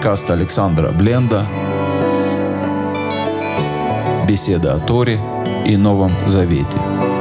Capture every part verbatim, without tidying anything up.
Подкаст Александра Бленда. Беседа о Торе и Новом Завете.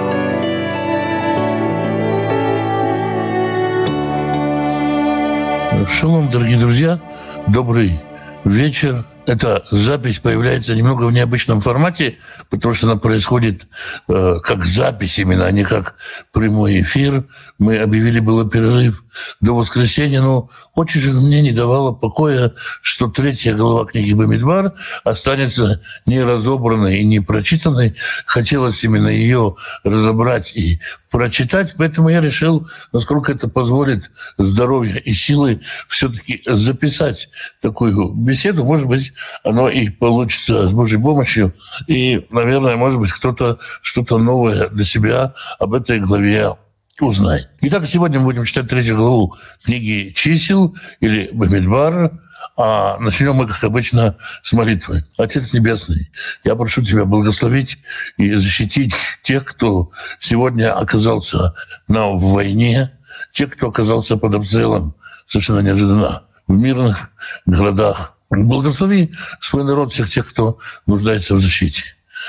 Шалом, дорогие друзья, добрый вечер. Эта запись появляется немного в необычном формате, потому что она происходит э, как запись именно, а не как прямой эфир. Мы объявили было перерыв до воскресенья, но очень же мне не давало покоя, что третья глава книги Бамидбар останется неразобранной и не прочитанной. Хотелось именно ее разобрать и прочитать, поэтому я решил, насколько это позволит здоровье и силы, все-таки записать такую беседу. Может быть, оно и получится с Божьей помощью, и, наверное, может быть, кто-то что-то новое для себя об этой главе узнает. Итак, сегодня мы будем читать третью главу книги «Чисел» или «Бамидбар», а начнем мы, как обычно, с молитвы. Отец Небесный, я прошу Тебя благословить и защитить тех, кто сегодня оказался на в войне, тех, кто оказался под обстрелом совершенно неожиданно в мирных городах. Благослови свой народ, всех тех, кто нуждается в защите,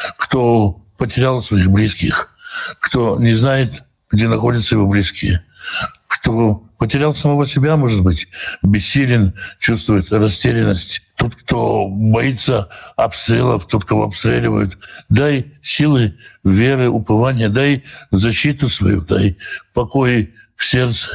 кто потерял своих близких, кто не знает, где находятся его близкие, кто потерял самого себя, может быть, бессилен, чувствует растерянность. Тот, кто боится обстрелов, тот, кого обстреливают. Дай силы, веры, упования, дай защиту свою, дай покой в сердце.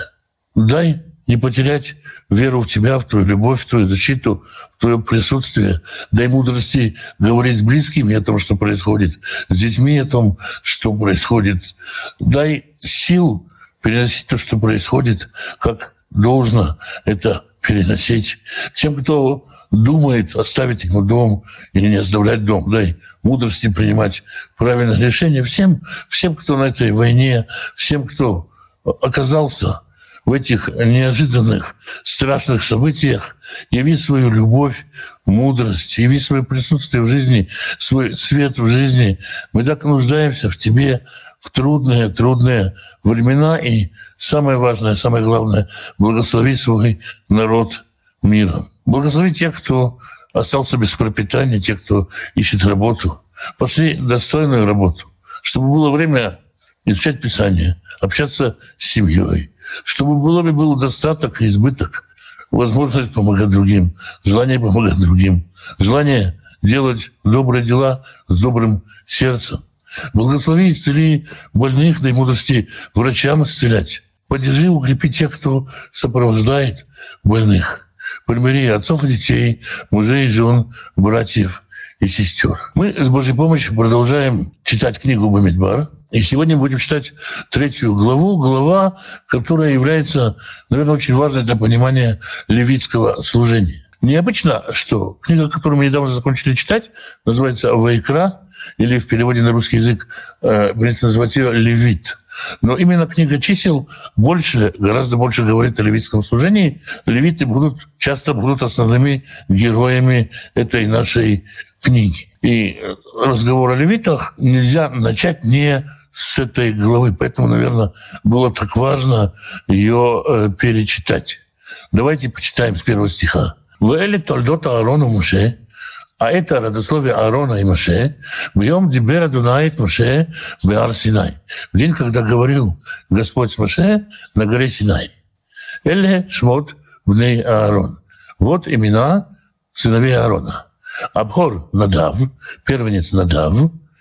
Дай не потерять веру в Тебя, в Твою любовь, в Твою защиту, в Твое присутствие. Дай мудрости говорить с близкими о том, что происходит, с детьми о том, что происходит. Дай сил переносить то, что происходит, как должно это переносить. Тем, кто думает оставить ему дом или не оставлять дом, дай мудрости принимать правильное решение. Всем, всем, кто на этой войне, всем, кто оказался в этих неожиданных, страшных событиях, яви свою любовь, мудрость, яви свое присутствие в жизни, свой свет в жизни. Мы так нуждаемся в Тебе в трудные, трудные времена. И самое важное, самое главное, благослови свой народ миром. Благослови тех, кто остался без пропитания, тех, кто ищет работу. Пошли достойную работу, чтобы было время изучать Писание, общаться с семьей, чтобы было ли был достаток и избыток, возможность помогать другим, желание помогать другим, желание делать добрые дела с добрым сердцем. Благослови, исцели больных, дай мудрости врачам исцелять. Поддержи, укрепи тех, кто сопровождает больных. Примири отцов и детей, мужей и жен, братьев и сестер. Мы с Божьей помощью продолжаем читать книгу Бамидбар. И сегодня будем читать третью главу, глава, которая является, наверное, очень важной для понимания левитского служения. Необычно, что книга, которую мы недавно закончили читать, называется «Вайкра», или в переводе на русский язык э, принято называть ее «Левит». Но именно книга «Чисел» больше, гораздо больше говорит о левитском служении. Левиты будут, часто будут основными героями этой нашей книги. И разговор о левитах нельзя начать не с этой главы. Поэтому, наверное, было так важно ее э, перечитать. Давайте почитаем с первого стиха. «Вэле толдота Аарону Моше». А это родословие Аарона и Моше. «Бьем дибер Адунай Моше беар Синай». В день, когда говорил Господь с Моше на горе Синай. «Эле шмот бней Аарон». Вот имена сыновей Аарона. Абхор Надав, первенец Надав,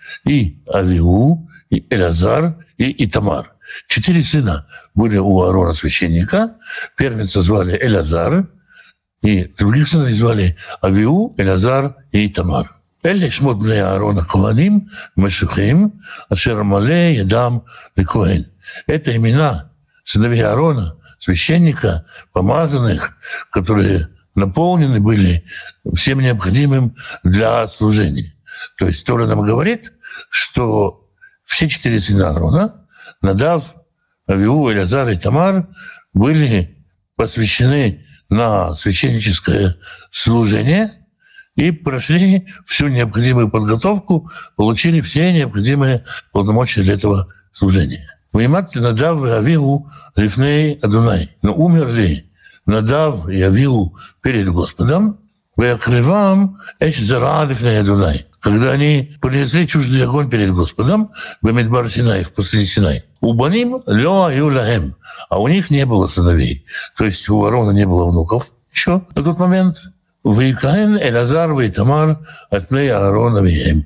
и Авиу, и Элазар, и Итамар. Четыре сына были у Аарона священника. Первенца звали Элазар, и других сыновей звали Авиу, Элазар и Итамар. Эле шмот бней Аарона Коаним, Мешухим, Ашер Мале, Ядам и Коэн. Это имена сыновей Аарона, священника, помазанных, которые наполнены были всем необходимым для служения. То есть Тора нам говорит, что все четыре сына Аарона, Надав, Авиу, Элазар и Тамар, были посвящены на священническое служение и прошли всю необходимую подготовку, получили все необходимые полномочия для этого служения. «Ваимат Надав и Авиу лифней Адунай». Но умерли Надав и Авиу перед Господом, «Веякривам эш зарадив на Адунай». Когда они принесли чуждый огонь перед Господом, Бамидбар Синай, в пустыне Синай. У Баним лё юлаэм, а у них не было сыновей. То есть у Аарона не было внуков еще на тот момент. «Вейкаэн Элазар вейтамар от пней Аарона веем».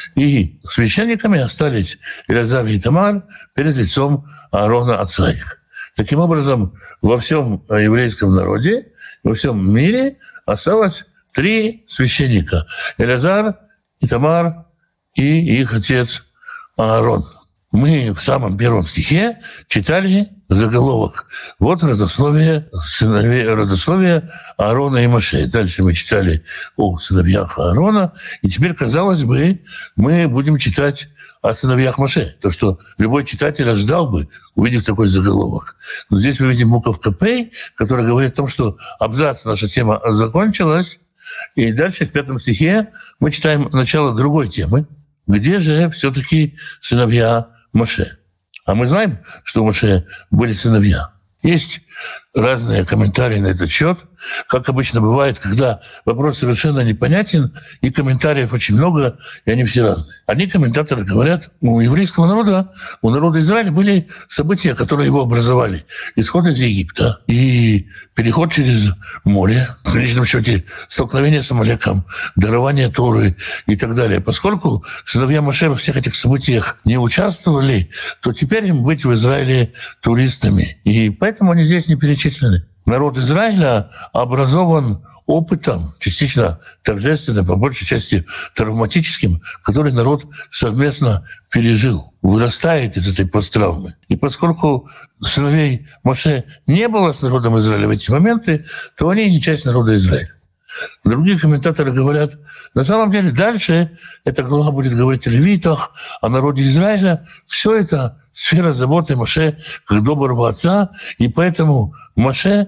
И священниками остались Элазар и Тамар перед лицом Аарона, отца их. Таким образом, во всем еврейском народе, во всем мире осталось три священника. Элазар, Итамар и их отец Аарон. Мы в самом первом стихе читали заголовок. Вот родословие, сыновей, родословие Аарона и Моше. Дальше мы читали о сыновьях Аарона. И теперь, казалось бы, мы будем читать о сыновьях Моше. То, что любой читатель ожидал бы, увидев такой заголовок. Но здесь мы видим буковка «П», которая говорит о том, что абзац, наша тема закончилась. И дальше в пятом стихе мы читаем начало другой темы. Где же все-таки сыновья Моше? А мы знаем, что у Моше были сыновья. Есть разные комментарии на этот счет. Как обычно бывает, когда вопрос совершенно непонятен, и комментариев очень много, и они все разные. Одни комментаторы говорят, у еврейского народа, у народа Израиля были события, которые его образовали. Исход из Египта и переход через море, в конечном счете столкновение с Амалеком, дарование Торы и так далее. Поскольку сыновья Моше во всех этих событиях не участвовали, то теперь им быть в Израиле туристами. И поэтому они здесь не перечислены. Народ Израиля образован опытом, частично торжественным, по большей части травматическим, который народ совместно пережил, вырастает из этой посттравмы. И поскольку сыновей Моше не было с народом Израиля в эти моменты, то они не часть народа Израиля. Другие комментаторы говорят, на самом деле дальше эта глава будет говорить о левитах, о народе Израиля. Все это сфера заботы Моше как доброго отца, и поэтому Моше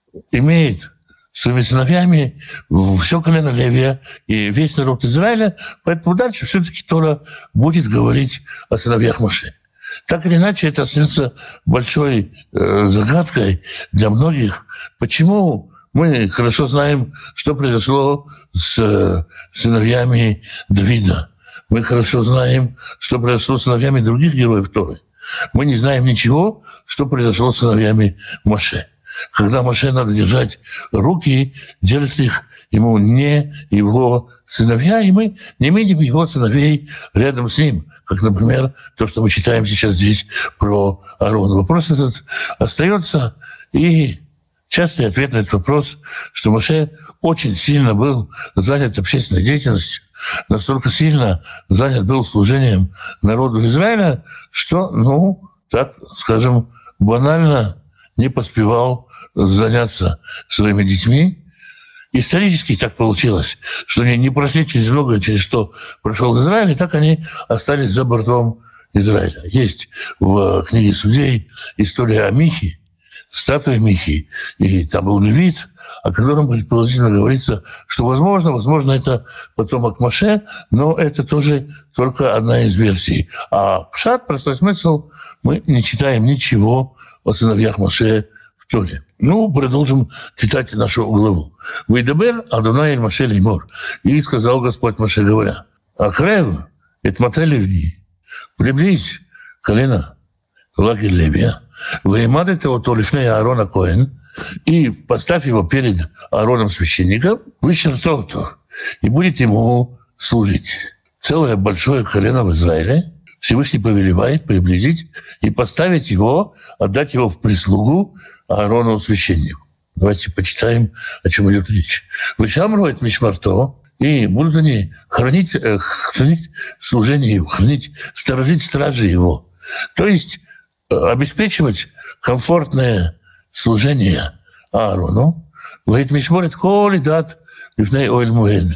имеет своими сыновьями все колено Левия и весь народ Израиля, поэтому дальше все-таки Тора будет говорить о сыновьях Моше. Так или иначе, это остается большой э, загадкой для многих. Почему мы хорошо знаем, что произошло с э, сыновьями Давида. Мы хорошо знаем, что произошло с сыновьями других героев Торы. Мы не знаем ничего, что произошло с сыновьями Моше. Когда Моше надо держать руки, держит их ему не его сыновья, и мы не видим его сыновей рядом с ним, как, например, то, что мы читаем сейчас здесь про Аарона. Вопрос этот остается, и частый ответ на этот вопрос, что Моше очень сильно был занят общественной деятельностью, настолько сильно занят был служением народу Израиля, что, ну, так скажем, банально не поспевал заняться своими детьми. Исторически так получилось, что они не прошли через многое, через что прошел Израиль, и так они остались за бортом Израиля. Есть в книге Судей история о Михе, статуя Михи, и там был левит, о котором предположительно говорится, что, возможно, возможно, это потомок Моше, но это тоже только одна из версий. А пшат, простой смысл, мы не читаем ничего о сыновьях Моше в Торе. Ну, продолжим читать нашу главу. «Вейдабер Адонай эль Моше леймор». И сказал Господь Моше, говоря, «Акрев, эт мате Леви, приблизь колено лагерь Левия, «Веймадете ото лифней Аарона Коэн», и поставь его перед Аароном священником, вычертовто, и будет ему служить. Целое большое колено в Израиле Всевышний повелевает приблизить и поставить его, отдать его в прислугу Аарону священнику. Давайте почитаем, о чем идет речь. «Вышамрует мишмарто», и будут они хранить, хранить служение его, хранить, сторожить стражи его. То есть обеспечивать комфортное служение Аарону, говорит Мишморет коли дат лифней оэль муэд,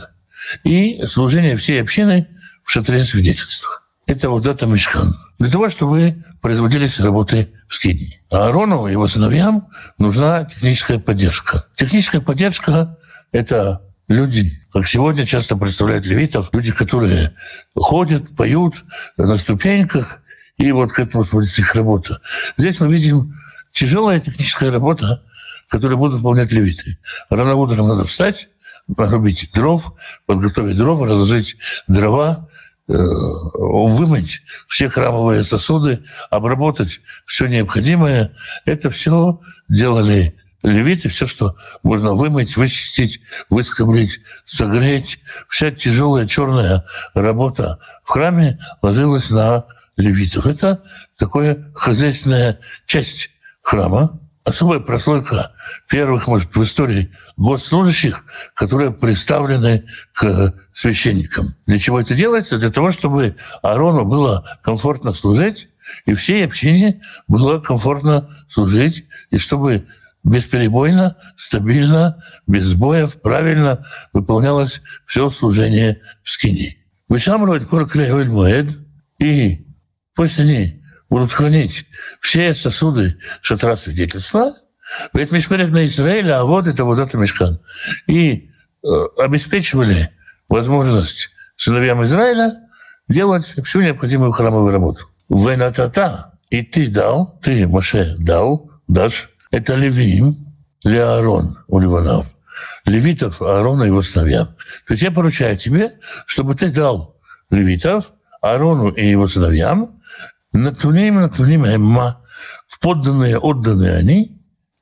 и служение всей общины в шатре свидетельства. Это вот дата Мишкан. Для того, чтобы производились работы в скинии. А Аарону и его сыновьям нужна техническая поддержка. Техническая поддержка — это люди, как сегодня часто представляют левитов, люди, которые ходят, поют на ступеньках, и вот к этому сводится их работа. Здесь мы видим тяжелая техническая работа, которую будут выполнять левиты. Рано утром надо встать, нарубить дров, подготовить дрова, разложить дрова, вымыть все храмовые сосуды, обработать все необходимое. Это все делали левиты, все, что можно вымыть, вычистить, выскоблить, согреть. Вся тяжелая черная работа в храме ложилась на левитов. Это такая хозяйственная часть храма. Особая прослойка первых, может, в истории госслужащих, которые представлены к священникам. Для чего это делается? Для того, чтобы Аарону было комфортно служить, и всей общине было комфортно служить, и чтобы бесперебойно, стабильно, без сбоев, правильно выполнялось все служение в скинии. Вышамрует корклеевель моэд, и пусть они будут хранить все сосуды шатра свидетельства, ведь Мишмерет на Израиля, а вот это вот это мишкан. И э, обеспечивали возможность сыновьям Израиля делать всю необходимую храмовую работу. Венатата, и ты дал, ты, Моше, дал, дашь, это левиим, леарон у ливанов, левитов Аарона и его сыновьям. То есть я поручаю тебе, чтобы ты дал левитов Аарону и его сыновьям, Натуним, натуним, эмма, в подданные, отданные они,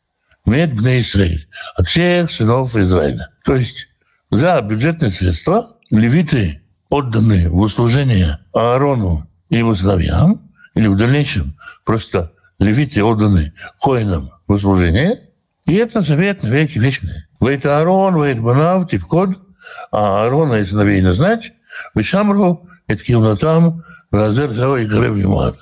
мед бне Исраиль, от всех сынов Израиля. То есть за бюджетные средства левиты, отданные в услужение Аарону и его сыновьям, или в дальнейшем просто левиты, отданные коинам в услужение, и это завет на веки вечные. Вейт Аарон, вейт банав, тивкод, а Аарона и сыновей назнать, вишамру, эт кивнатам, Разер и Гребимат.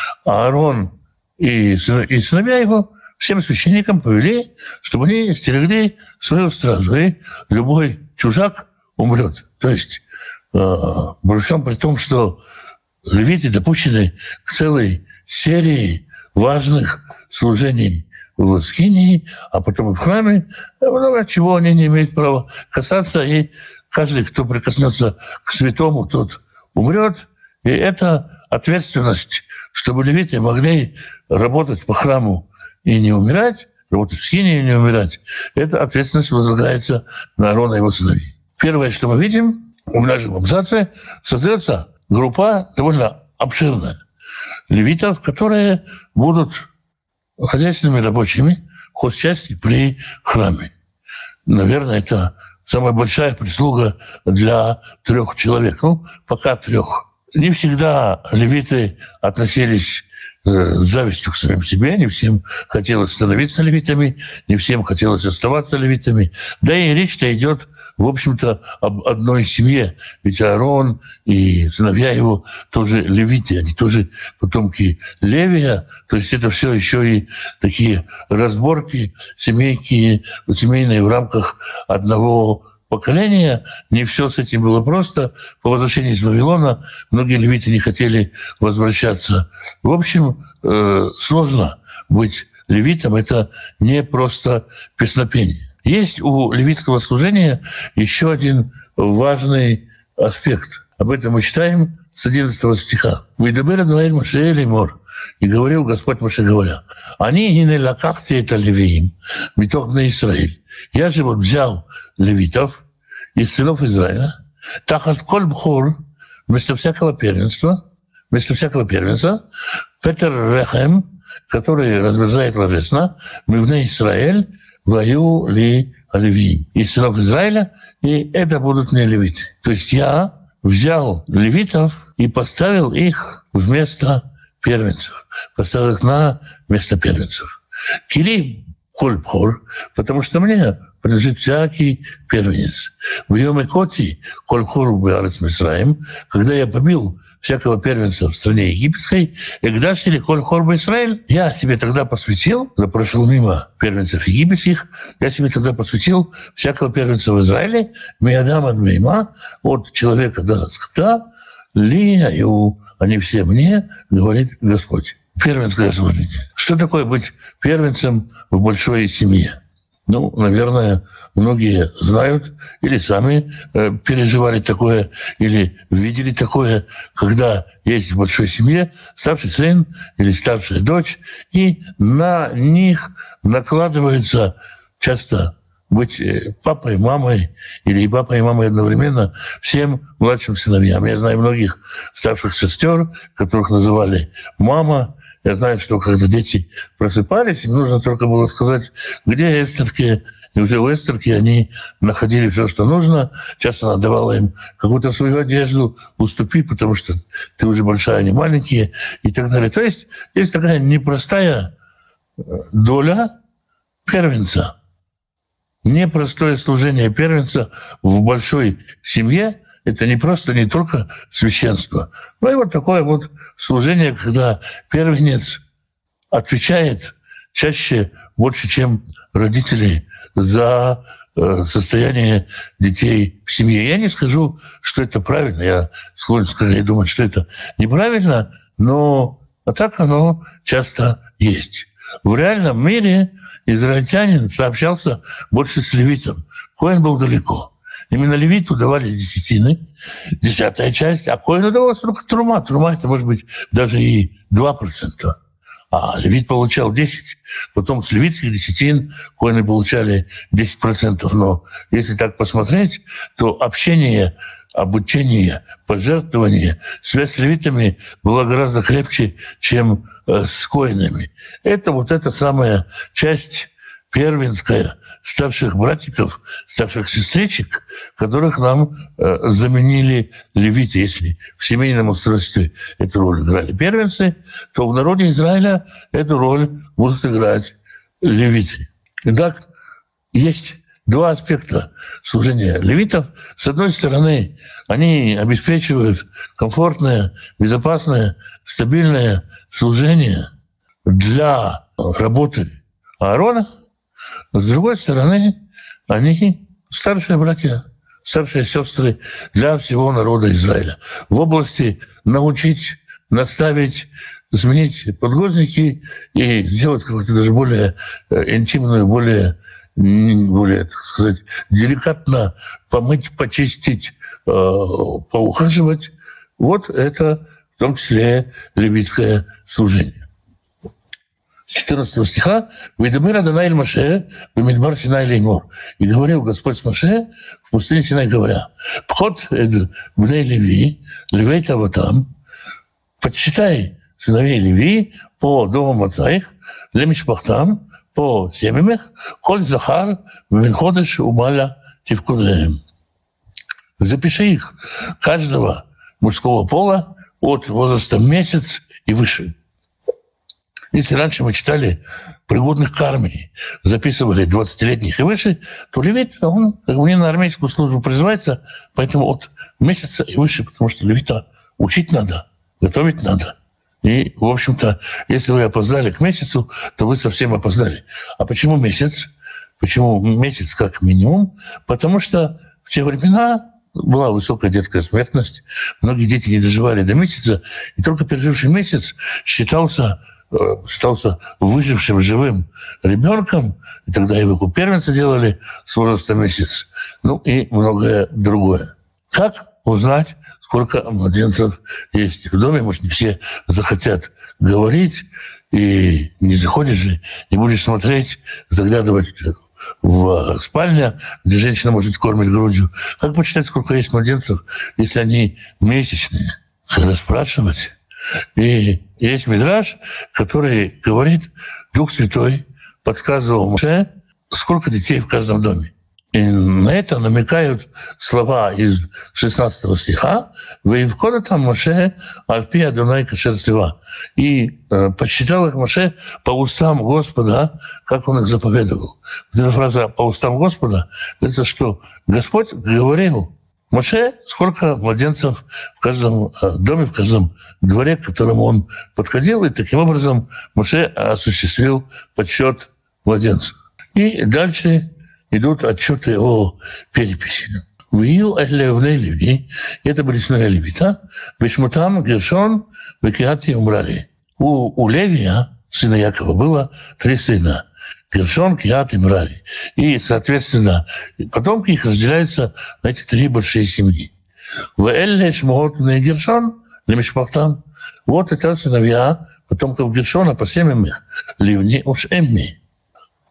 А Аарон и сыновья его всем священникам повели, чтобы они стерегли свою стражу, и любой чужак умрет. То есть, э, при всем при том, что левиты допущены к целой серии важных служений в скинии, а потом и в храме, много чего они не имеют права касаться, и каждый, кто прикоснется к святому, тот умрет. И это ответственность, чтобы левиты могли работать по храму и не умирать, работать в скинии и не умирать. Эта ответственность возлагается на Аарона и его сыновей. Первое, что мы видим, в нашем абзаце создается группа довольно обширная левитов, которые будут хозяйственными рабочими хозчасти при храме. Наверное, это самая большая прислуга для трех человек. Ну, пока трех. Не всегда левиты относились э, с завистью к самим себе, не всем хотелось становиться левитами, не всем хотелось оставаться левитами. Да и речь-то идет, в общем-то, об одной семье. Ведь Аарон и сыновья его тоже левиты, они тоже потомки Левия. То есть это все еще и такие разборки семейки, семейные в рамках одного поколения. Не все с этим было просто. По возвращении из Вавилона многие левиты не хотели возвращаться. В общем, э, сложно быть левитом. Это не просто песнопение. Есть у левитского служения еще один важный аспект. Об этом мы читаем с одиннадцатого стиха. «Вайдабер Адонай Моше леймор». И говорил Господь Моше, говоря: «Они гине лакахти это левиим, митох бней Исраиль». Я же вот взял левитов из сынов Израиля, тахат коль бхор, вместо всякого первенства, вместо всякого первенства, Петер Рехем, который размерзает ложесно, мивней Исраиль, вою ли левиим. Из сынов Израиля, и это будут мне левиты. То есть я взял левитов и поставил их вместо первенцев, поставил их на место первенцев. Кили коль бхор, потому что мне принадлежит всякий первенец. В Йом Коти коль бхор беарец Мисраим, когда я побил всякого первенца в стране египетской, Эгдаш или коль бхор беисраэль, я себе тогда посвятил, когда прошел мимо первенцев египетских, я себе тогда посвятил всякого первенца в Израиле, миадам ад мейма, от человека до скота, ли аю, они все мне, говорит Господь. Первенское служение. Что такое быть первенцем в большой семье? Ну, наверное, многие знают или сами э, переживали такое, или видели такое, когда есть в большой семье старший сын или старшая дочь, и на них накладывается часто быть папой, мамой или и папой, и мамой одновременно всем младшим сыновьям. Я знаю многих старших сестер, которых называли мама. Я знаю, что когда дети просыпались, им нужно только было сказать, где Эстерки, и уже у Эстерки они находили все, что нужно. Часто она давала им какую-то свою одежду, уступи, потому что ты уже большая, они маленькие, и так далее. То есть есть такая непростая доля первенца. Непростое служение первенца в большой семье — это не просто не только священство, но и вот такое вот служение, когда первенец отвечает чаще больше, чем родители, за состояние детей в семье. Я не скажу, что это правильно. Я склонен скорее думать, что это неправильно, но а так оно часто есть. В реальном мире израильтянин сообщался больше с левитом. Коэн был далеко. Именно левиту давали десятины, десятая часть, а коэну давалась только трума. Трума — это, может быть, даже и два процента. А левит получал десять, потом с левитских десятин коэны получали десять процентов. Но если так посмотреть, то общение, обучение, пожертвование, связь с левитами была гораздо крепче, чем э, с коэнами. Это вот эта самая часть первенская старших братиков, старших сестричек, которых нам э, заменили левиты. Если в семейном устройстве эту роль играли первенцы, то в народе Израиля эту роль будут играть левиты. Итак, есть два аспекта служения левитов. С одной стороны, они обеспечивают комфортное, безопасное, стабильное служение для работы Аарона. С другой стороны, они старшие братья, старшие сестры для всего народа Израиля. В области научить, наставить, сменить подгузники и сделать какую-то даже более интимную, более, более, так сказать, деликатно помыть, почистить, поухаживать. Вот это в том числе левитское служение. четырнадцатого стиха «Вейдамир Адонай эль Моше бемидбар Синай леймор». И говорил Господь с Моше в пустыне Синай, говоря: «Пхот эд бней Леви, левей таватам, подсчитай сыновей Леви по домам отца их, лемишпахтам, по семьям их, коль захар бенходеш умаля тивкудеем». Запиши их, каждого мужского пола, от возраста месяц и выше. Если раньше мы читали пригодных к армии, записывали двадцатилетних и выше, то левит, он как бы не на армейскую службу призывается, поэтому от месяца и выше, потому что левита учить надо, готовить надо. И, в общем-то, если вы опоздали к месяцу, то вы совсем опоздали. А почему месяц? Почему месяц как минимум? Потому что в те времена была высокая детская смертность, многие дети не доживали до месяца, и только переживший месяц считался считался выжившим живым ребенком, и тогда и выкуп первенца делали с возраста месяц, ну и многое другое. Как узнать, сколько младенцев есть в доме? Может, не все захотят говорить, и не заходишь же, не будешь смотреть, заглядывать в спальню, где женщина может кормить грудью. Как почитать, сколько есть младенцев, если они месячные? Когда спрашивать? И есть мидраш, который говорит, Дух Святой подсказывал Моше, сколько детей в каждом доме. И на это намекают слова из шестнадцатого стиха «Ваивкода там Моше альпи Адонай кашер цива». И э, посчитал их Моше по устам Господа, как он их заповедовал. Вот эта фраза «по устам Господа» — это что Господь говорил Моше, сколько младенцев в каждом доме, в каждом дворе, к которому он подходил, и таким образом Моше осуществил подсчет младенцев. И дальше идут отчеты о переписи. Вию элевней Леви, это были сыновья левита, бешмутам Гершон, Векиат и Умрари. У, у Левия, сына Якова, было три сына. Гершон, Киат и Мрари. И, соответственно, потомки их разделяются на эти три большие семьи. В Элле Шмуот на Гершон, Лемишпахтам. Вот это сыновья потомков Гершона по семьям их. Ливни уж Эмми.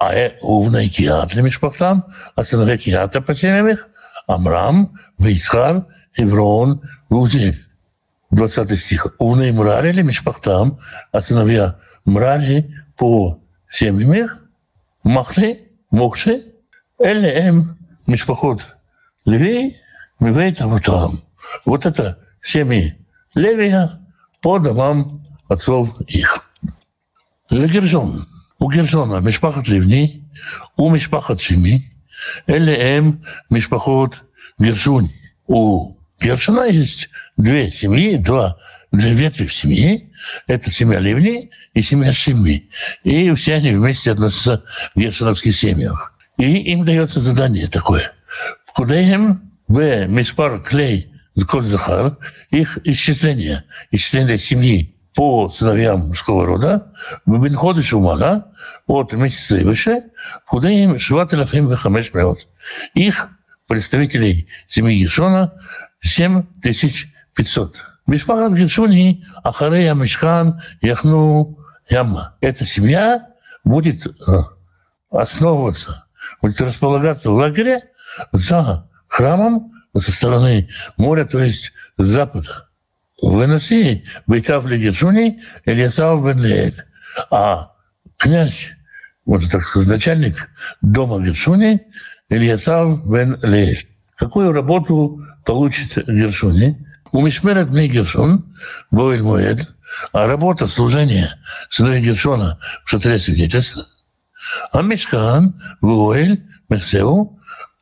А увней Киат лемишпахтам, а сыновья Киата по семьям их, Амрам, Вейцхар, Еврон, Узель. двадцатый стих. Увней Мрари лемишпахтам, а сыновья Мрари по семьям их, Махли, Мокши, Элеем, Мишпахот, Левей, Мивейт Аватам. Вот это семьи Левия по домам отцов их. Гершон. У Гершона Мишпахот Ливни, у Мишпахот Шими, Элеем, Мишпахот Гершуни. У Гершона есть две семьи, два, две ветви в семье. Это семья Ливни и семья Шими. И все они вместе относятся к гершоновским семьям. И им дается задание такое. Кудеем в Миспар Клей Заколь Захар, их исчисление, исчисление семьи по сыновьям мужского рода, в Бенходыш Умана, от месяца и выше, Кудеем Шват Элафим Вехамеш Меот. Их представителей семьи Гершона семь тысяч пятьсот. Мишпахат Гершуни, Ахарея Мишхан, Яхну Ямма. Эта семья будет основываться, будет располагаться в лагере за храмом со стороны моря, то есть с запада. Выноси Бейтав Гершуни Ильясав бен Леэль. А князь, можно так сказать, начальник дома Гершуни Ильясав бен Леэль. Какую работу получит Гершуни? У Мишмерет Бней Гершон, Боэль Моэд, а работа служения сыновей Гершона в шатре свидетельства, а Мишкан, Боэль, Мехсеу,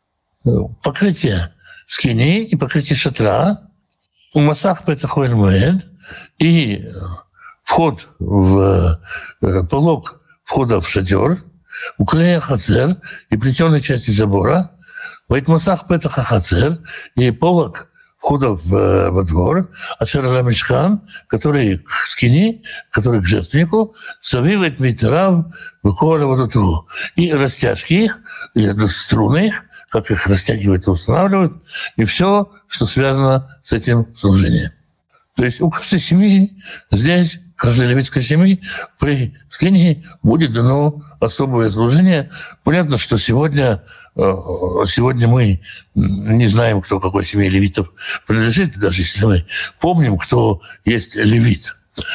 покрытие скини и покрытие шатра, у Масах Петах Боэль Моэд и вход в полог входа в шатер, у Клея Хацер и плетеной части забора, Вайтмасах Петах Хацер и полог входа в, во двор, а Шарара Мишкан, который к скини, который к жертвеннику, совивает митрав выкола вот эту. И растяжки их, или струны их, как их растягивают и устанавливают, и все, что связано с этим служением. То есть у каждой семьи здесь, каждой левитской семьи при скинии будет дано особое служение. Понятно, что сегодня, сегодня мы не знаем, кто какой семье левитов принадлежит, даже если мы помним, кто есть левит.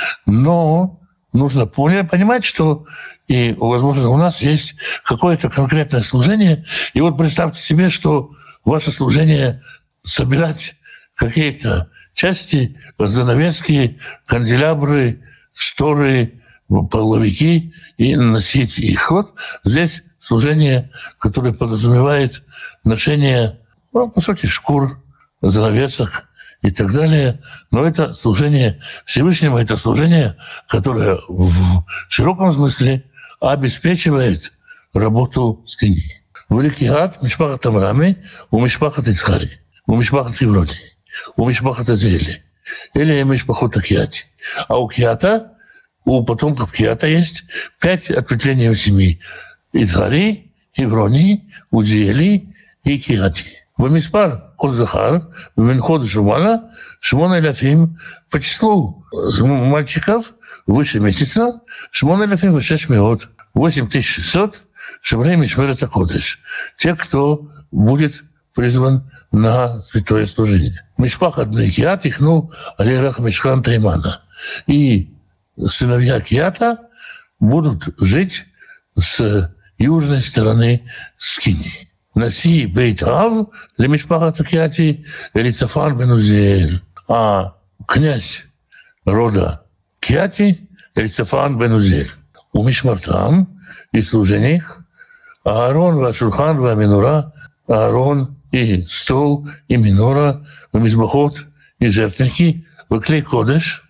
Но нужно понимать, что и, возможно, у нас есть какое-то конкретное служение. И вот представьте себе, что ваше служение собирать какие-то части, занавески, канделябры, шторы, половики и носить их. Вот здесь служение, которое подразумевает ношение, ну, по сути, шкур, занавесок и так далее. Но это служение Всевышнему, это служение, которое в широком смысле обеспечивает работу скинии. Великий ад Мишпахат Амрами, у Мишпахат Ицхари, у Мишпахат Евроди, у Мишпахат Азели, или Мишпахот Киати. А у Киата, у потомков Киата есть пять ответвлений у семьи. Ицхари, Еврони, Узиели и Киати. В Миспар Коль Захар, в Минход Шумана, Шмон Эляфим по числу мальчиков выше месяца, Шмон Эляфим выше Шмиот, восемь тысяч шестьсот, Шемрей Мишмерет Акодыш. Те, кто будет призван на святое служение. Мишпахат Бней Киат ихну Алирах Мишхан Таймана. И сыновья Киата будут жить с южной стороны скинии. Наси Бейт Ав для Мишпахат Киати Элицафан бен Узиэль. А князь рода Киати Элицафан бен Узиэль. У Мишмартам и служение их Аарон, Вашурхан, Ваминура, Аарон и стол, и минора, и мизбахот, и жертвенники, выклей кодеш,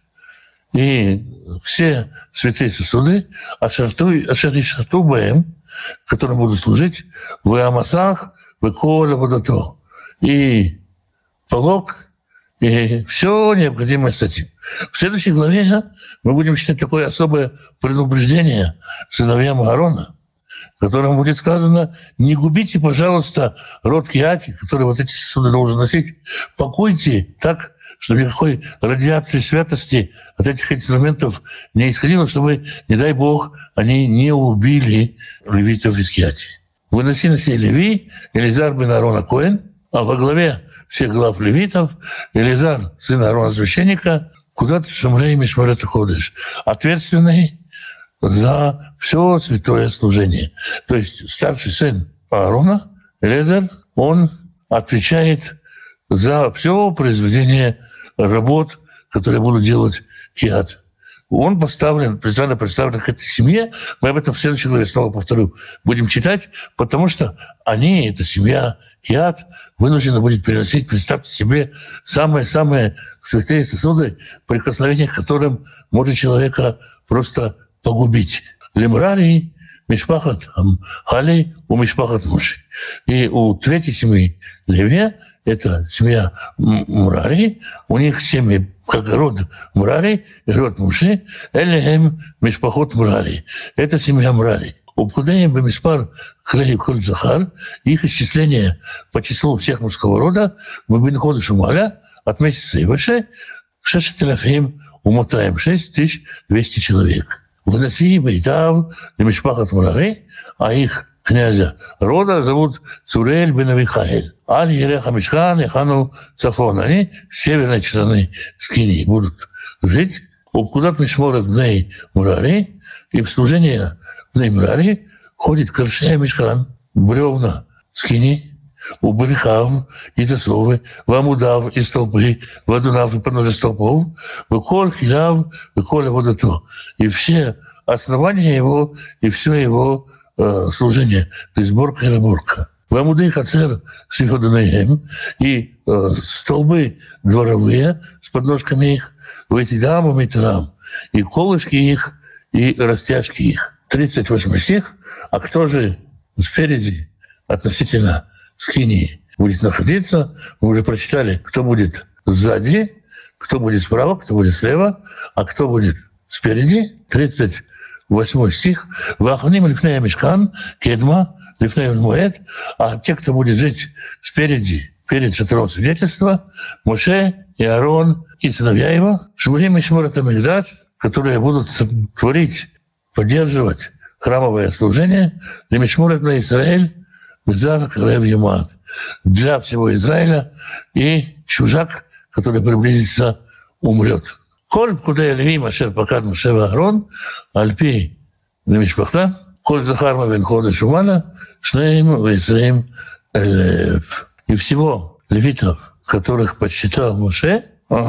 и все святые сосуды, а шарту бэм, которым будут служить, в амасах, в коля водото, и полог, и все необходимое с этим. В следующей главе мы будем читать такое особое предупреждение сыновьям Аарона, в котором будет сказано: не губите, пожалуйста, род Киати, который вот эти сосуды должен носить, пакуйте так, чтобы никакой радиации святости от этих инструментов не исходило, чтобы, не дай Бог, они не убили левитов из Кияти. Выноси на себе Леви, Элизар бен Аарон а-Коэн, а во главе всех глав левитов Элизар, сын Аарона священника, куда ты шамрей мишмарет ходишь, ответственный за все святое служение. То есть старший сын Аарона, Элизар, он отвечает за все произведение работ, которые будут делать Киат. Он поставлен, специально представлен к этой семье. Мы об этом в следующей главе, снова повторю, будем читать, потому что они, эта семья Киат, вынуждена будет переносить, представьте себе, самые-самые святые сосуды, прикосновение к которым может человека просто погубить. Лемрари, Мишпахат Хали, у Мишпахат Муши. И у третьей семьи Леве, это семья Мурари, у них семьи, как род Мурари и род Муши, Элехем Мишпахот Мурари. Это семья Мурари. Упкудаем бемиспар клей коль захар, их исчисление по числу всех мужского рода, мы бен ходыш умаля, от месяца и выше, шешетелафим умотаем шесть тысяч двести человек. Выноси бейтав на Мишпахат Мурари, а их князя рода зовут Цурель бен Авихаэль. Аль Ереха Мишхан и Хану Цафон. Они с северной стороны Скинии будут жить. Упкудат Мишморет Бней Мурари, и в служение Бней Мурари ходит Каршея Мишхан, бревна Скинии, у Брехав и засовы, в Амудав и столбы, в Адунав и подножие столбов, в Коль Хилав, в Коль Водото. И все основания его, и все его э, служение, то есть сборка и разборка. В Амуды Хацер с Иходанаем, и э, столбы дворовые с подножками их, в эти дамы и тарам, и колышки их, и растяжки их. тридцать восьмой стих. А кто же спереди относительно Скинии будет находиться? Мы уже прочитали, кто будет сзади, кто будет справа, кто будет слева, а кто будет спереди. тридцать восьмой стих. «Ваханим лифнея мишкан, кедма, лифнея муэд». А те, кто будет жить спереди, перед шатром свидетельства, Моше и Аарон и сыновья его, Шмурим и Шмурат Амигдаш, которые будут творить, поддерживать храмовое служение, Лемишмурат на Израиль, Бзар Карев Юмат, для всего Израиля, и чужак, который приблизится, умрет. Коль куда Леви Машер Пакад Мушева Аарон, Альпи Лемишпахта, Коль Захарма Бен Хода Шумана, Шнеим Вейсреим Элев. И всего левитов, которых подсчитал Моше,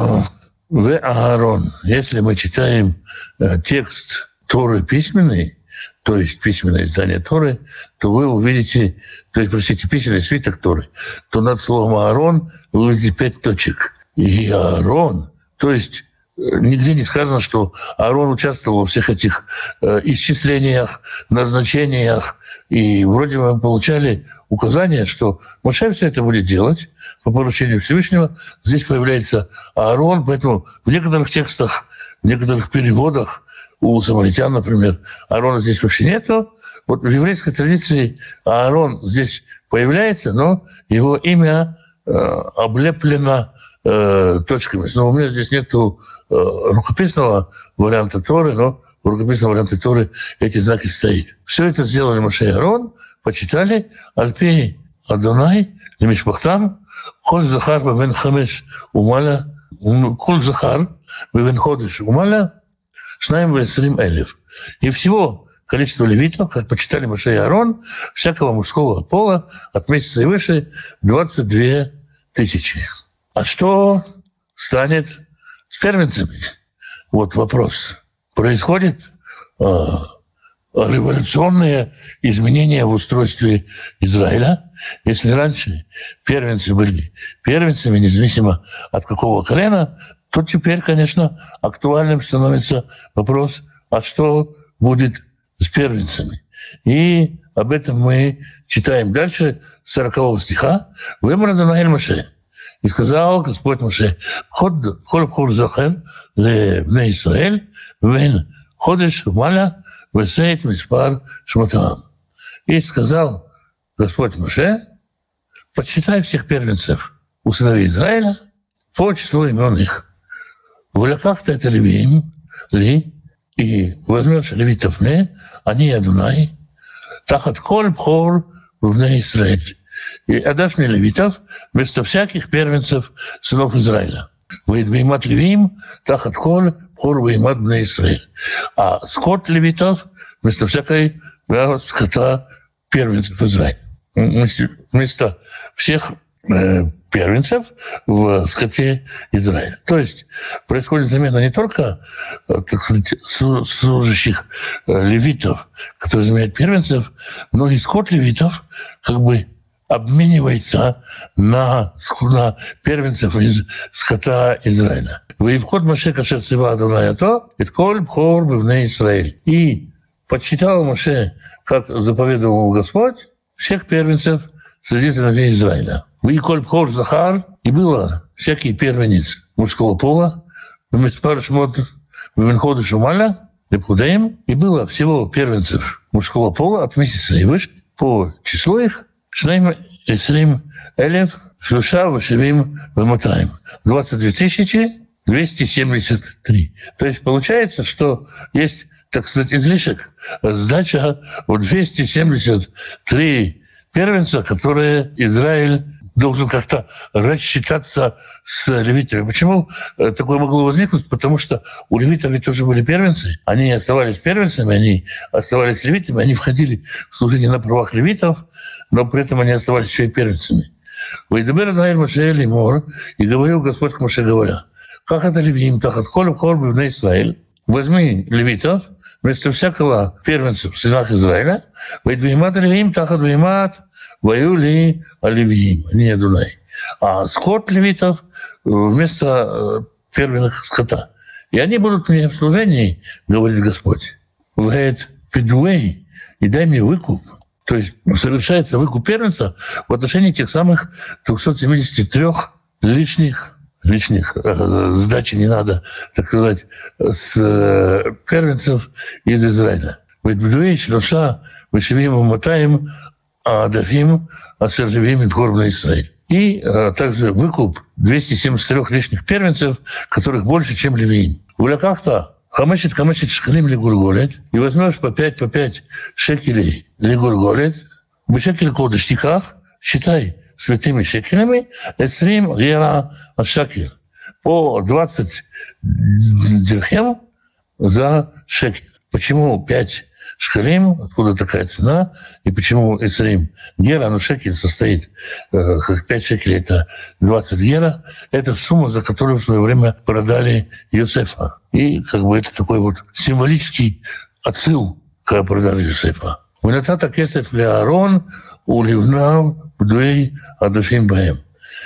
в Аарон. Если мы читаем текст Торы письменный, то есть письменное издание Торы, то вы увидите, то есть, простите, письменный свиток Торы, то над словом Аарон вы увидите пять точек. И Аарон, то есть нигде не сказано, что Аарон участвовал во всех этих э, исчислениях, назначениях, и вроде мы получали указание, что Моше все это будет делать по поручению Всевышнего. Здесь появляется Аарон, поэтому в некоторых текстах, в некоторых переводах у самаритян, например, Аарона здесь вообще нету. Вот в еврейской традиции Аарон здесь появляется, но его имя э, облеплено э, точками. Но у меня здесь нету э, рукописного варианта Торы, но в рукописном варианте Торы эти знаки стоят. Все это сделали Моше и Аарон, почитали Альпей Адонай, Лемишпахтам, Коль Захар бен Хамеш Умаля, Коль Захар бен Ходыш Умаля, Шнаим Весрим Элев. И всего количество левитов, как почитали Моше и Аарон, всякого мужского пола от месяца и выше двадцать две тысячи. А что станет с первенцами? Вот вопрос. Происходит э, революционные изменения в устройстве Израиля. Если раньше первенцы были первенцами, независимо от какого колена, то теперь, конечно, актуальным становится вопрос, а что будет с первенцами? И об этом мы читаем дальше, с сорокового стиха. «Вымер Адонай Моше». И сказал Господь Моше: «Ход хор захер ле бней Исраэль, вен ходиш маля весейт миспар шмотаам». И сказал Господь Моше: «Подсчитай всех первенцев у сыновей Израиля, по числу имен их. В лакахта это левиим, ли, и возьмешь левитов мне, они Адунай, тахат коль бхор вне Израиль. И отдашь мне левитов вместо всяких первенцев сынов Израиля. Вейдбеймат левиим, тахат коль бхор веймат вне Израиль. А скот левитов вместо всякой да, скота первенцев Израиля. Вместо всех э, первенцев в скоте Израиля. То есть происходит замена не только, так сказать, служащих левитов, которые заменяют первенцев, но и скот левитов как бы обменивается на, на первенцев из скота Израиля. «Вы вход Моше кашер цива Адонай ато, и коль бхор бивней Израиль». И подсчитал Моше, как заповедовал Господь, всех первенцев среди сыновей Израиля. «Вы коль бхор захар», и было всякий первенец мужского пола, «Вместо шмот вименходу шумаля, лепхудеем», и было всего первенцев мужского пола от месяца и выше, по числу их, Шнейм Исрим Элев Шлюша Вашевим Вамотаем. двадцать две тысячи двести семьдесят три. То есть получается, что есть, так сказать, излишек, сдача в двести семьдесят три первенца, которые Израиль должен как-то рассчитаться с левитами. Почему такое могло возникнуть? Потому что у левитов ведь тоже были первенцы. Они оставались первенцами, они оставались левитами, они входили в служение на правах левитов, но при этом они оставались еще и первенцами. «Вайдабер Адонай Моше лимор», и говорил Господь к Моше, говоря, «Как это левиим, тахат коль бхор бивней Израиль, возьми левитов вместо всякого первенца в сынах Израиля, вайдбеймат левиим, тахат беймат, ваюли алевиим, не Адонай». А скот левитов вместо первенных скота. И они будут мне в служении, говорит Господь. «Вэйд пидуэй», и дай мне выкуп. То есть совершается выкуп первенца в отношении тех самых двухсот семидесяти трёх лишних, лишних э, сдачи не надо, так сказать, с э, первенцев из Израиля. Ведь бдуэй шлоша вешевим умотаем адафим ашерлевим и бхор бней Израиль. И э, также выкуп двухсот семидесяти трёх лишних первенцев, которых больше, чем левиим. В лакахта Хамешет, хамешет шхалим лигурголет, и возьмешь по пять, по пять шекелей лигурголет, в шекель кодыштиках, считай святыми шекелями, эсрим гера шакель, по двадцать дирхем за шекель. Почему пять шхалим, откуда такая цена, и почему эсрим гера, ну шекель состоит, как пять шекелей, это двадцать гера, это сумма, за которую в свое время продали Йосефа. И как бы это такой вот символический отсыл к продаже Йосефа. «Вынатата кесеф ле Аарон уливнав бдуэй адафим баэм».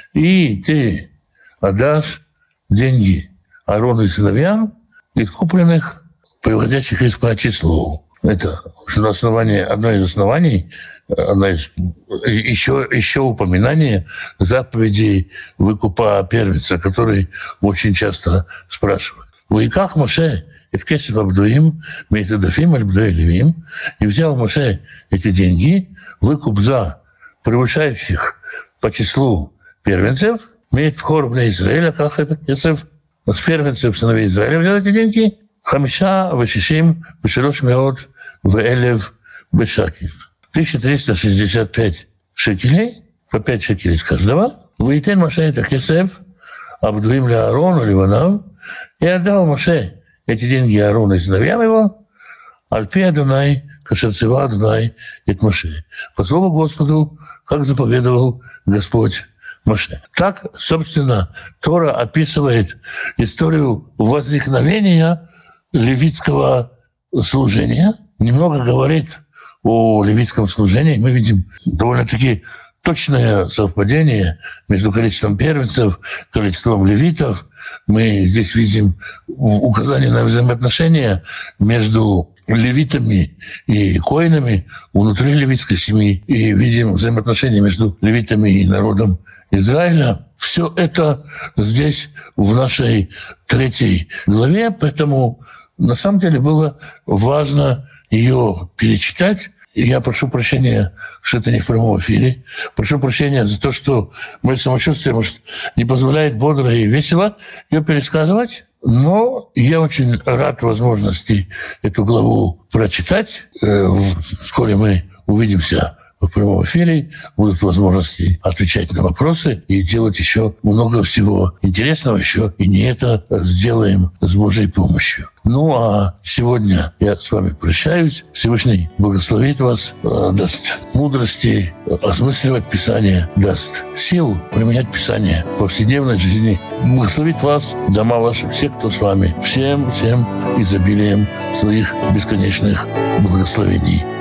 И ты отдашь деньги Аарону и сыновьям, искупленных, приводящих их по числу. Это на основании, одно из оснований, одно из, еще, еще упоминание заповедей выкупа первенца, который очень часто спрашивают. «Вайках Моше эт кесеф абдуим, мейтадафим аль-бдуэй левим», и взял Моше эти деньги, выкуп за превышающих по числу первенцев, мейт бхор бней Израиля, как это кесеф, с первенцев сыновей Израиля взял эти деньги, хамиша вешишим вешерош меот вэлев бешакель. тысяча триста шестьдесят пять шекелей, по пять шекелей с каждого. «Вейтен Моше это кесеф, абдуим ле Аарону ливанав», и отдал Моше эти деньги Аарону и сыновьям его, «Альпи Адонай, кашер цива Адонай эт Моше», по слову Господу, как заповедовал Господь Моше. Так, собственно, Тора описывает историю возникновения левитского служения. Немного говорит о левитском служении. Мы видим довольно-таки точное совпадение между количеством первенцев, количеством левитов. Мы здесь видим указание на взаимоотношения между левитами и коинами внутри левитской семьи. И видим взаимоотношения между левитами и народом Израиля. Все это здесь в нашей третьей главе, поэтому на самом деле было важно ее перечитать И я прошу прощения, что это не в прямом эфире. Прошу прощения за то, что мое самочувствие, может, не позволяет бодро и весело ее пересказывать. Но я очень рад возможности эту главу прочитать. Вскоре мы увидимся в прямом эфире, будут возможности отвечать на вопросы и делать еще много всего интересного еще. И не это сделаем с Божьей помощью. Ну, а сегодня я с вами прощаюсь. Всевышний благословит вас, даст мудрости осмысливать Писание, даст сил применять Писание в повседневной жизни. Благословит вас, дома ваши, все, кто с вами. Всем, всем изобилием своих бесконечных благословений.